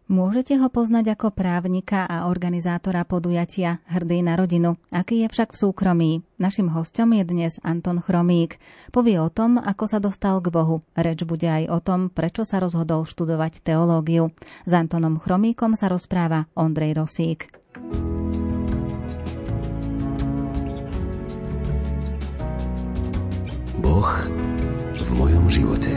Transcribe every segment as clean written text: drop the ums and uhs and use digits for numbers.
Môžete ho poznať ako právnika a organizátora podujatia Hrdý na rodinu. Aký je však v súkromí? Naším hosťom je dnes Anton Chromík. Povie o tom, ako sa dostal k Bohu. Reč bude aj o tom, prečo sa rozhodol študovať teológiu. S Antonom Chromíkom sa rozpráva Ondrej Rosík. Boh v mojom živote.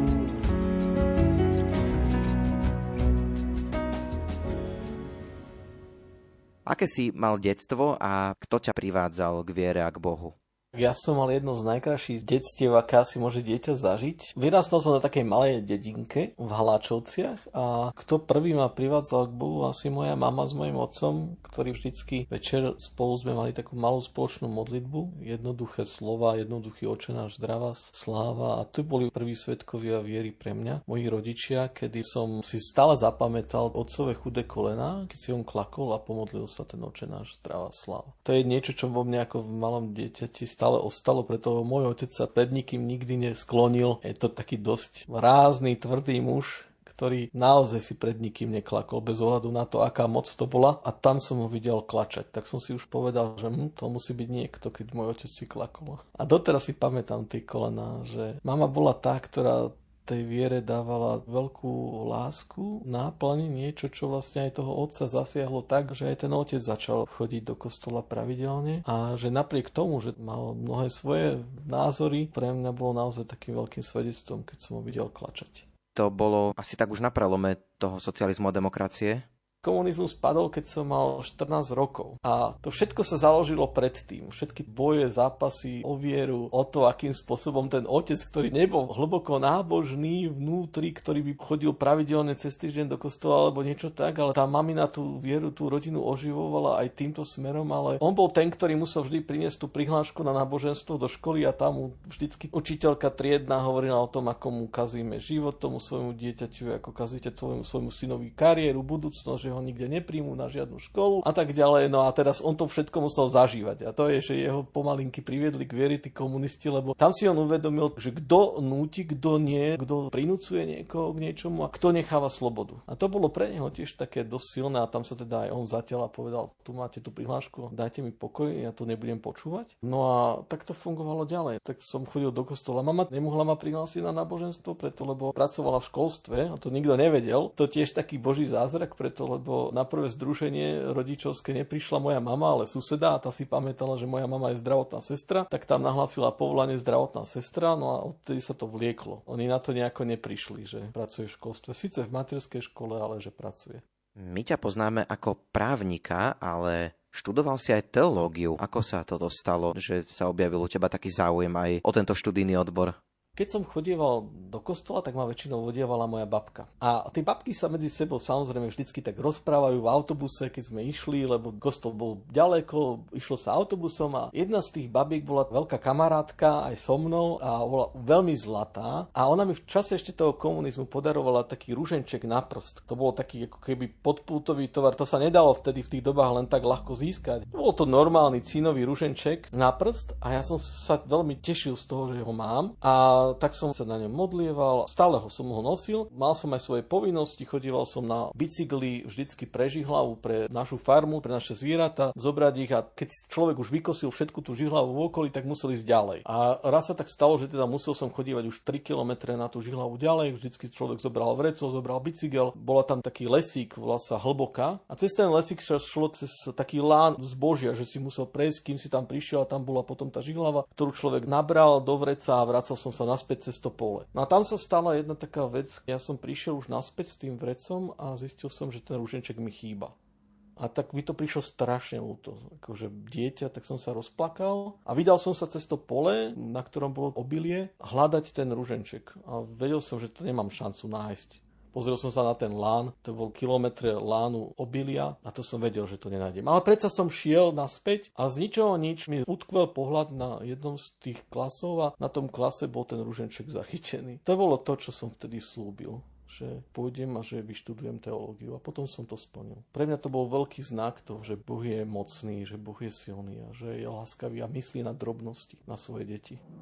Aké si mal detstvo a kto ťa privádzal k viere a k Bohu? Ja som mal jedno z najkrajších detstiev, aká si môže dieťa zažiť. Vyrastal som na takej malej dedinke v Haláčovciach a kto prvý ma privádzal k Bohu, asi moja mama s mojim otcom, ktorí vždycky večer spolu sme mali takú malú spoločnú modlitbu, jednoduché slova, jednoduchý Oče náš, zdravá sláva, a to boli prví svedkovia viery pre mňa, moji rodičia, kedy som si stále zapamätal otcové chudé kolená, keď si on klakol a pomodlil sa ten Oče náš, zdravá sláva. To je niečo, čo vo mne ako v malom dieťati stále ostalo, preto môj otec sa pred nikým nikdy nesklonil. Je to taký dosť rázny, tvrdý muž, ktorý naozaj si pred nikým neklakol, bez ohľadu na to, aká moc to bola. A tam som ho videl klačať. Tak som si už povedal, že to musí byť niekto, keď môj otec si klakol. A doteraz si pamätám tie kolená, že mama bola tá, ktorá tej viere dávala veľkú lásku, náplň, niečo, čo vlastne aj toho otca zasiahlo tak, že aj ten otec začal chodiť do kostola pravidelne a že napriek tomu, že mal mnohé svoje názory, pre mňa bolo naozaj takým veľkým svedectvom, keď som ho videl klačať. To bolo asi tak už na prelome toho socializmu a demokracie? Komunizmus spadol, keď som mal 14 rokov. A to všetko sa založilo predtým. Všetky boje, zápasy o vieru, o to, akým spôsobom ten otec, ktorý nebol hlboko nábožný vnútri, ktorý by chodil pravidelne cez týždeň do kostola alebo niečo tak, ale tá mamina tú vieru, tú rodinu oživovala aj týmto smerom, ale on bol ten, ktorý musel vždy priniesť tú prihlášku na náboženstvo do školy a tam mu vždycky učiteľka triedna hovorila o tom, ako mu kazíme život, tomu svojmu dieťaťu, ako kazíte svojmu synovi kariéru, budúcnosť, že ho nikde nepríjmu na žiadnu školu a tak ďalej. No a teraz on to všetko musel zažívať. A to je, že jeho pomalinky priviedli k viere tí komunisti, lebo tam si on uvedomil, že kto núti, kto nie, kto prinúcuje niekoho k niečomu a kto necháva slobodu. A to bolo pre neho tiež také dosť silné a tam sa teda aj on zatiaľ a povedal, tu máte tú prihlášku, dajte mi pokoj, ja to nebudem počúvať. No a tak to fungovalo ďalej. Tak som chodil do kostola. Mama nemohla ma prihlásiť na náboženstvo, preto lebo pracovala v školstve a to nikto nevedel. To tiež taký boží zázrak, preto lebo na prvé združenie rodičovské neprišla moja mama, ale suseda a tá si pamätala, že moja mama je zdravotná sestra, tak tam nahlásila povolanie zdravotná sestra, no a odtedy sa to vlieklo. Oni na to nejako neprišli, že pracuje v školstve. Sice v materskej škole, ale že pracuje. My ťa poznáme ako právnika, ale študoval si aj teológiu. Ako sa toto stalo, že sa objavil u teba taký záujem aj o tento študijný odbor? Keď som chodieval do kostola, tak ma väčšinou vodievala moja babka. A tie babky sa medzi sebou samozrejme vždycky tak rozprávajú v autobuse, keď sme išli, lebo kostol bol ďaleko, išlo sa autobusom a jedna z tých babiek bola veľká kamarátka aj so mnou a bola veľmi zlatá. A ona mi v čase ešte toho komunizmu podarovala taký ruženček na prst. To bolo taký ako keby podpultový tovar, to sa nedalo vtedy v tých dobách len tak ľahko získať. Bol to normálny cínový ruženček na prst a ja som sa veľmi tešil z toho, že ho mám. A tak som sa na ňom modlieval, stále som ho nosil, mal som aj svoje povinnosti, chodieval som na bicykli vždycky pre žihlavu, pre našu farmu, pre naše zvieratá, zobrať ich a keď človek už vykosil všetku tú žihlavu v okolí, tak musel ísť ďalej. A raz sa tak stalo, že teda musel som chodívať už 3 kilometre na tú žihlavu ďalej, vždycky človek zobral vreco, zobral bicykel, bola tam taký lesík, volá sa Hlboká a cez ten lesík šlo cez taký lán zbožia, že si musel prejsť, kým si tam prišiel a tam bola potom tá žihlava, ktorú človek nabral do vreca a vracal som sa naspäť cez to pole. No a tam sa stala jedna taká vec, ja som prišiel už naspäť s tým vrecom a zistil som, že ten ruženček mi chýba. A tak mi to prišlo strašne ľúto. Akože dieťa, tak som sa rozplakal a vydal som sa cez to pole, na ktorom bolo obilie, hľadať ten ruženček. A vedel som, že to nemám šancu nájsť. Pozrel som sa na ten lán, to bol kilometre lánu obilia a to som vedel, že to nenájdem. Ale predsa som šiel naspäť a z ničoho nič mi utkvel pohľad na jednom z tých klasov a na tom klase bol ten ruženček zachytený. To bolo to, čo som vtedy slúbil, že pôjdem a že vyštudujem teológiu a potom som to splnil. Pre mňa to bol veľký znak toho, že Boh je mocný, že Boh je silný a že je láskavý a myslí na drobnosti, na svoje deti.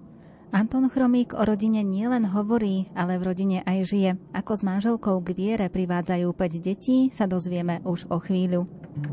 Anton Chromík o rodine nielen hovorí, ale v rodine aj žije. Ako s manželkou k viere privádzajú 5 detí, sa dozvieme už o chvíľu.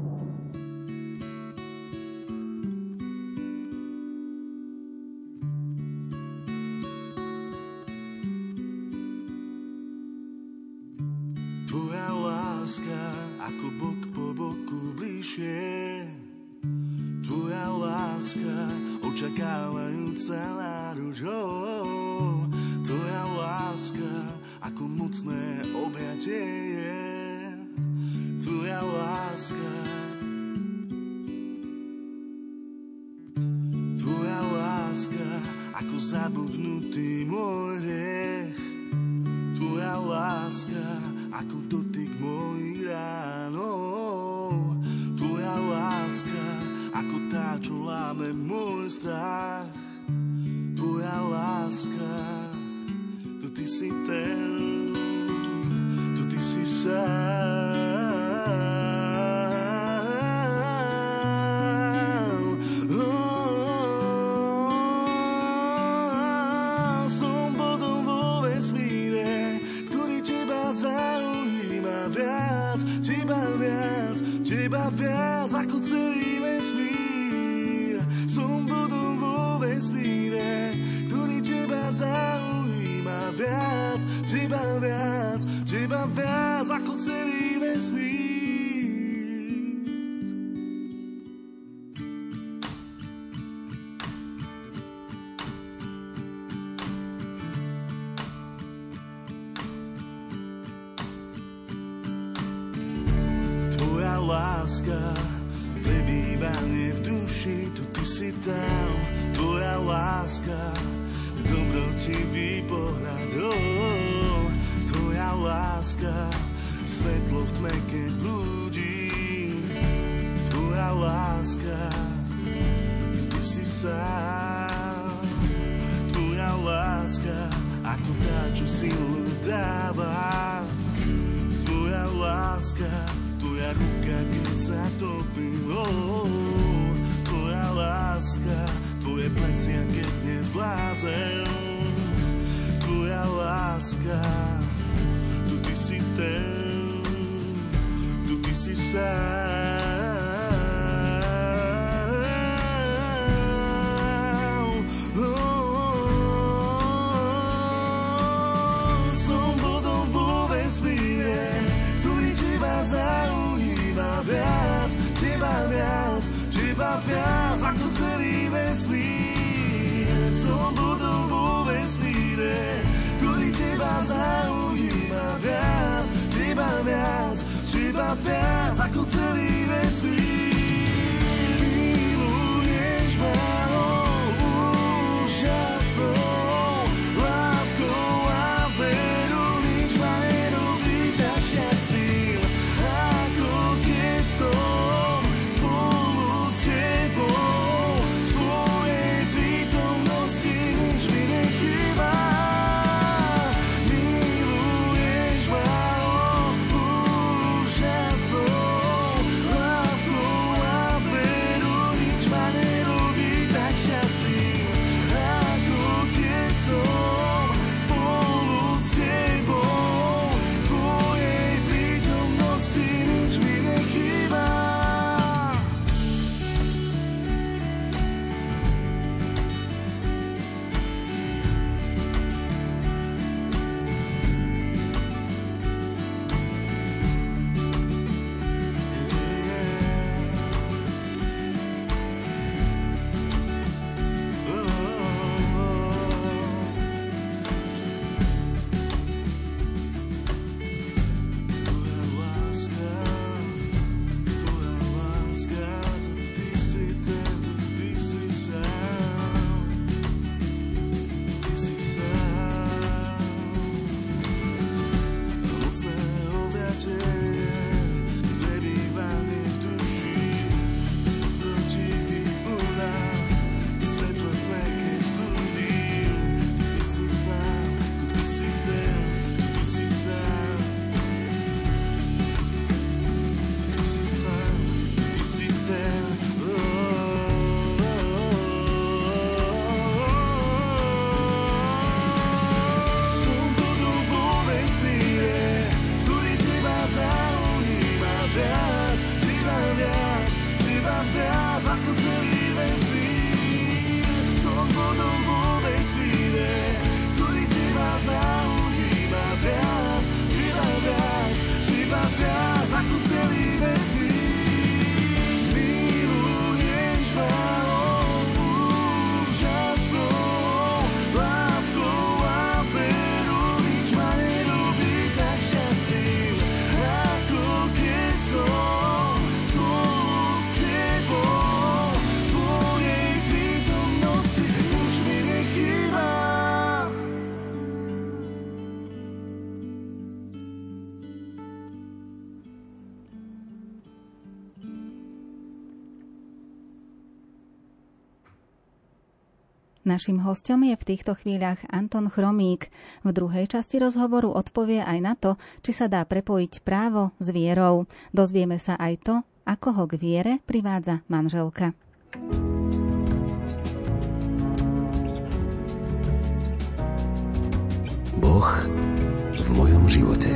Tvoja láska ako bok po boku bližšie, tvoja láska očakávajúca náruč, tvoja láska ako mocné objatie je, tvoja láska, tvoja láska ako zabudnutý môj hriech, tvoja láska ako dotyk mojich ránov, tvoja láska ako tá, čo láme môj strach, tvoja láska, to ty si ten, to ty si sám. Som bodom vo vesmíre, ktorý teba zaujíma viac, teba viac ako celý vesmír. Som bodom vo vesmíre, ktorý teba zaujíma viac, teba viac ako celý vesmír. Láska, prebývanie v duši, tu ty si tam, tvoja láska, dobrotivý pohľad, tvoja láska, svetlo v tme, keď blúdim, tvoja láska, ty si sám, tvoja láska, ako tá, čo silu dáva, tvoja láska, tvoja ruka, keď sa topím, tvoja láska, tvoje plecia, keď nevládzem, tvoja láska, tu ty si ten, tu ty si sám. Som bodom vo vesmíre, ktorý teba zaujíma viac, teba viac ako celý vesmír. Som bodom vo vesmíre, ktorý teba zaujíma viac, teba viac ako celý vesmír. Miluješ ma úžasnou láskou a verou, nič ma nerobí tak šťastným, ako keď som spolu s tebou. V tvojej prítomnosti nič mi nechýba. Miluješ ma úžasnou láskou Naším hosťom je v týchto chvíľach Anton Chromík. V druhej časti rozhovoru odpovie aj na to, či sa dá prepojiť právo s vierou. Dozvieme sa aj to, ako ho k viere privádza manželka. Boh v mojom živote.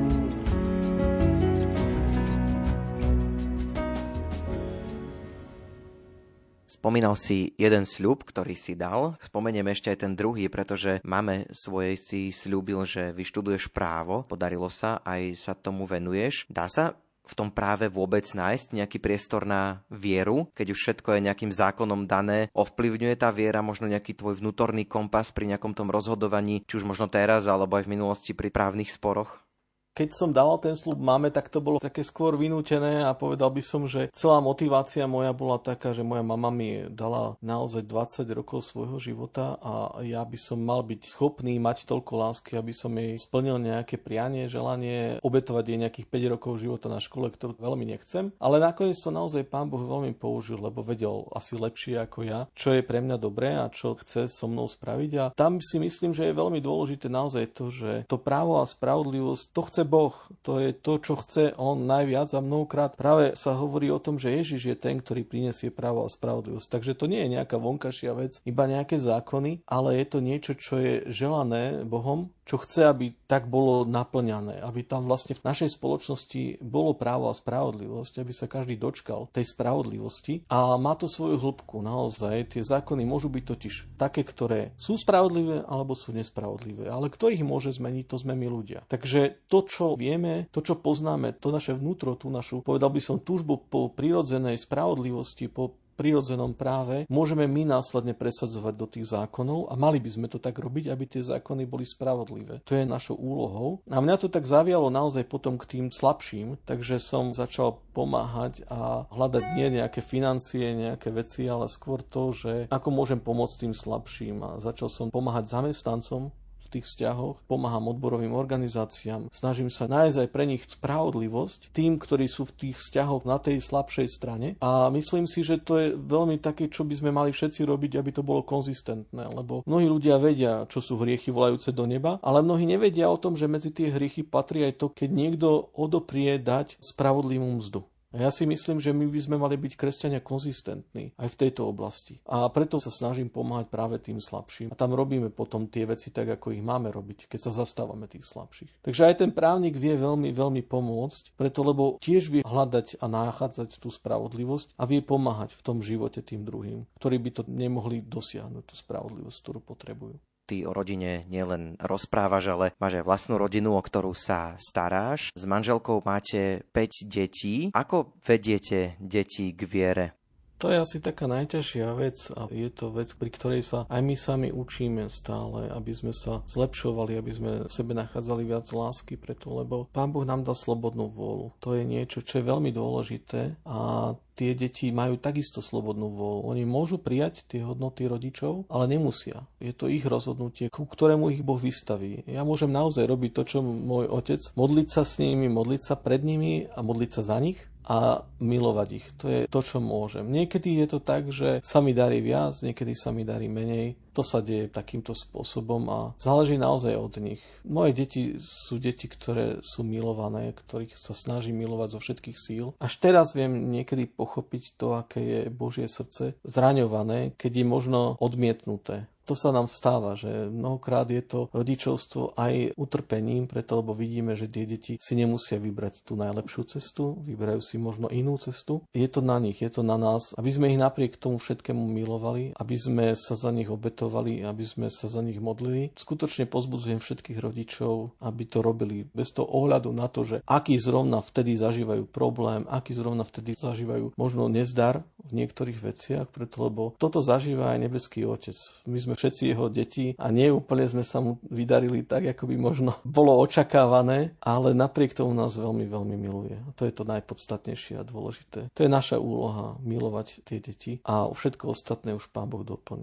Spomínal si jeden sľub, ktorý si dal. Spomenieme ešte aj ten druhý, pretože máme svoje si sľúbil, že vyštuduješ právo. Podarilo sa, aj sa tomu venuješ. Dá sa v tom práve vôbec nájsť nejaký priestor na vieru, keď už všetko je nejakým zákonom dané? Ovplyvňuje tá viera možno nejaký tvoj vnútorný kompas pri nejakom tom rozhodovaní, či už možno teraz, alebo aj v minulosti pri právnych sporoch? Keď som dal ten sľub máme, tak to bolo také skôr vynútené a povedal by som, že celá motivácia moja bola taká, že moja mama mi dala naozaj 20 rokov svojho života a ja by som mal byť schopný mať toľko lásky, aby som jej splnil nejaké prianie, želanie, obetovať jej nejakých 5 rokov života na škole, ktorú veľmi nechcem. Ale nakoniec to naozaj Pán Boh veľmi použil, lebo vedel asi lepšie ako ja, čo je pre mňa dobré a čo chce so mnou spraviť. A tam si myslím, že je veľmi dôležité naozaj to, že to právo a spravodlivosť, to chce Boh, to je to, čo chce on najviac a mnohokrát práve sa hovorí o tom, že Ježiš je ten, ktorý prinesie právo a spravodlivosť. Takže to nie je nejaká vonkajšia vec, iba nejaké zákony, ale je to niečo, čo je želané Bohom, čo chce, aby tak bolo naplňané, aby tam vlastne v našej spoločnosti bolo právo a spravodlivosť, aby sa každý dočkal tej spravodlivosti a má to svoju hĺbku. Naozaj tie zákony môžu byť totiž také, ktoré sú spravodlivé alebo sú nespravodlivé, ale kto ich môže zmeniť, to sme my ľudia. Takže to, čo vieme, to, čo poznáme, to naše vnútro, tú našu, povedal by som, túžbu po prirodzenej spravodlivosti, po prirodzenom práve, môžeme my následne presadzovať do tých zákonov a mali by sme to tak robiť, aby tie zákony boli spravodlivé. To je našou úlohou. A mňa to tak zavialo naozaj potom k tým slabším, takže som začal pomáhať a hľadať nie nejaké financie, nejaké veci, ale skôr to, že ako môžem pomôcť tým slabším. A začal som pomáhať zamestnancom v tých vzťahoch, pomáham odborovým organizáciám, snažím sa nájsť aj pre nich spravodlivosť tým, ktorí sú v tých vzťahoch na tej slabšej strane a myslím si, že to je veľmi také, čo by sme mali všetci robiť, aby to bolo konzistentné, lebo mnohí ľudia vedia, čo sú hriechy volajúce do neba, ale mnohí nevedia o tom, že medzi tie hriechy patrí aj to, keď niekto odoprie dať spravodlivú mzdu. A ja si myslím, že my by sme mali byť kresťania konzistentní aj v tejto oblasti. A preto sa snažím pomáhať práve tým slabším. A tam robíme potom tie veci tak, ako ich máme robiť, keď sa zastávame tých slabších. Takže aj ten právnik vie veľmi, veľmi pomôcť, preto lebo tiež vie hľadať a nachádzať tú spravodlivosť a vie pomáhať v tom živote tým druhým, ktorí by to nemohli dosiahnuť, tú spravodlivosť, ktorú potrebujú. Ty o rodine nielen rozprávaš, ale máš aj vlastnú rodinu, o ktorú sa staráš. S manželkou máte 5 detí. Ako vediete deti k viere? To je asi taká najťažšia vec a je to vec, pri ktorej sa aj my sami učíme stále, aby sme sa zlepšovali, aby sme v sebe nachádzali viac lásky preto, lebo Pán Boh nám dal slobodnú vôľu. To je niečo, čo je veľmi dôležité a tie deti majú takisto slobodnú vôľu. Oni môžu prijať tie hodnoty rodičov, ale nemusia. Je to ich rozhodnutie, ku ktorému ich Boh vystaví. Ja môžem naozaj robiť to, čo môj otec, modliť sa s nimi, modliť sa pred nimi a modliť sa za nich a milovať ich. To je to, čo môžem. Niekedy je to tak, že sa mi darí viac, niekedy sa mi darí menej. To sa deje takýmto spôsobom a záleží naozaj od nich. Moje deti sú deti, ktoré sú milované, ktorých sa snaží milovať zo všetkých síl. Až teraz viem niekedy pochopiť to, aké je Božie srdce zraňované, keď je možno odmietnuté. To sa nám stáva, že mnohokrát je to rodičovstvo aj utrpením, preto lebo vidíme, že tie deti si nemusia vybrať tú najlepšiu cestu, vyberajú si možno inú cestu. Je to na nich, je to na nás, aby sme ich napriek tomu všetkému milovali, aby sme sa za nich obetovali, aby sme sa za nich modlili. Skutočne pozbudzujem všetkých rodičov, aby to robili bez toho ohľadu na to, že aký zrovna vtedy zažívajú problém, aký zrovna vtedy zažívajú možno nezdar v niektorých veciach, preto lebo toto zažíva aj nebeský Otec. My sme všetci jeho deti a nie úplne sme sa mu vydarili tak, ako by možno bolo očakávané, ale napriek tomu nás veľmi, veľmi miluje. To je to najpodstatnejšie a dôležité. To je naša úloha, milovať tie deti a všetko ostatné už Pán Boh doplní.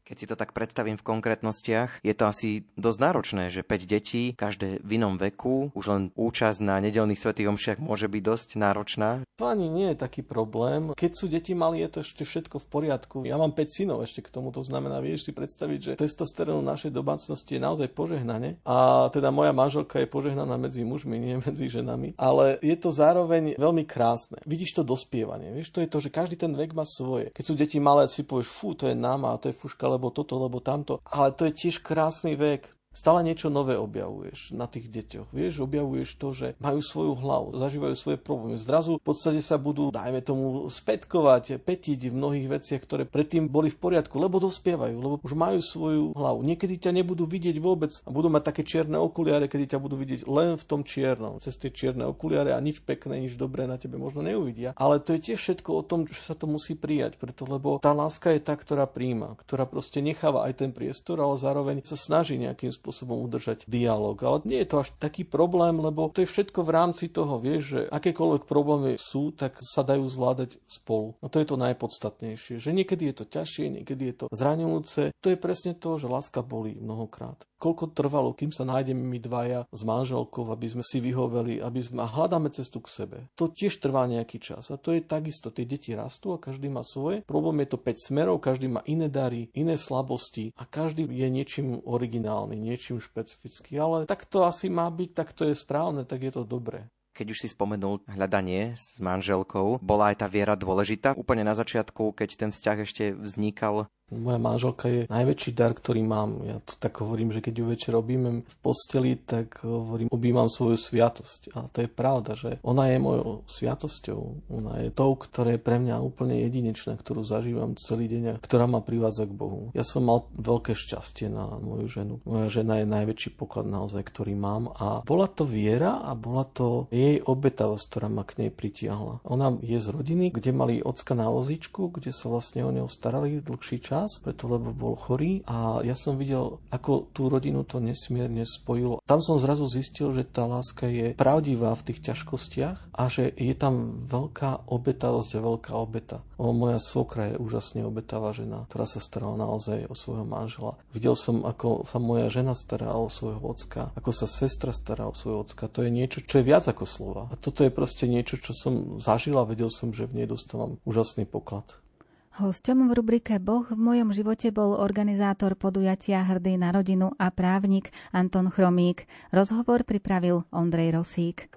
Keď si to tak predstavím v konkrétnostiach, je to asi dosť náročné, že 5 detí, každé v inom veku, už len účasť na nedeľných svätých omšiach môže byť dosť náročná. To ani nie je taký problém. Keď sú deti malí, je to ešte všetko v poriadku. Ja mám 5 synov ešte k tomu, to znamená, vieš si predstaviť, že testosterónu našej domácnosti je naozaj požehnanie. A teda moja manželka je požehnaná medzi mužmi, nie medzi ženami. Ale je to zároveň veľmi krásne. Vidíš to dospievanie, vieš, to je to, že každý ten vek má svoje. Keď sú deti malé, si povieš, fú, to je náma, to je fuška, lebo toto, lebo tamto. Ale to je tiež krásny vek. Stále niečo nové objavuješ na tých deťoch. Vieš, objavuješ to, že majú svoju hlavu, zažívajú svoje problémy. Zrazu v podstate sa budú, dajme tomu, spätkovať, petiť v mnohých veciach, ktoré predtým boli v poriadku, lebo dospievajú, lebo už majú svoju hlavu. Niekedy ťa nebudú vidieť vôbec a budú mať také čierne okuliare, kedy ťa budú vidieť len v tom čiernom. Cez tie čierne okuliare a nič pekné, nič dobré na tebe možno neuvidia. Ale to je tiež všetko o tom, že sa to musí prijať, preto lebo tá láska je tá, ktorá prijíma, ktorá proste necháva aj ten priestor, ale zároveň sa snaží nejakým spôsobom udržať dialog. Ale nie je to až taký problém, lebo to je všetko v rámci toho, vieš, že akékoľvek problémy sú, tak sa dajú zvládať spolu. No to je to najpodstatnejšie, že niekedy je to ťažšie, niekedy je to zraňujúce. To je presne to, že láska bolí mnohokrát. Koľko trvalo, kým sa nájdeme my dvaja s manželkou, aby sme si vyhoveli, aby sme hľadáme cestu k sebe. To tiež trvá nejaký čas. A to je takisto. Tie deti rastú a každý má svoje. Problém je to 5 smerov, každý má iné dary, iné slabosti a každý je niečím originálny, niečím špecifický. Ale tak to asi má byť, tak to je správne, tak je to dobré. Keď už si spomenul hľadanie s manželkou, bola aj tá viera dôležitá? Úplne na začiatku, keď ten vzťah ešte vznikal? Moja manželka je najväčší dar, ktorý mám. Ja to tak hovorím, že keď ju večer objímem v posteli, tak hovorím, objímam svoju sviatosť. A to je pravda, že ona je mojou sviatosťou. Ona je tou, ktorá je pre mňa úplne jedinečná, ktorú zažívam celý deň a ktorá ma privádza k Bohu. Ja som mal veľké šťastie na moju ženu. Moja žena je najväčší poklad naozaj, ktorý mám. A bola to viera a bola to jej obetavosť, ktorá ma k nej pritiahla. Ona je z rodiny, kde mali ocka na vozíčku, kde sa vlastne o neho starali dlhší čas, preto lebo bol chorý a ja som videl, ako tú rodinu to nesmierne spojilo. Tam som zrazu zistil, že tá láska je pravdivá v tých ťažkostiach a že je tam veľká obetavosť a veľká obeta. Moja svokra je úžasne obetavá žena, ktorá sa starala naozaj o svojho manžela. Videl som, ako sa moja žena stará o svojho ocka, ako sa sestra stará o svojho ocka. To je niečo, čo je viac ako slova. A toto je proste niečo, čo som zažil a vedel som, že v nej dostávam úžasný poklad. Hosťom v rubrike Boh v mojom živote bol organizátor podujatia Hrdý na rodinu a právnik Anton Chromík. Rozhovor pripravil Ondrej Rosík.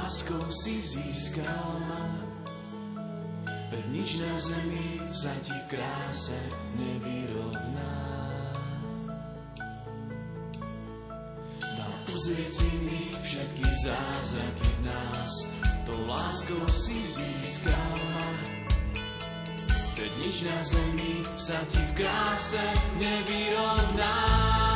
láskou si získal ma. Veď nič na zemi sa ti v kráse nevyrovná. Dal uzrieť si mi všetky zázraky v nás, tou láskou si získal ma. Veď nič na zemi sa ti v kráse nevyrovná.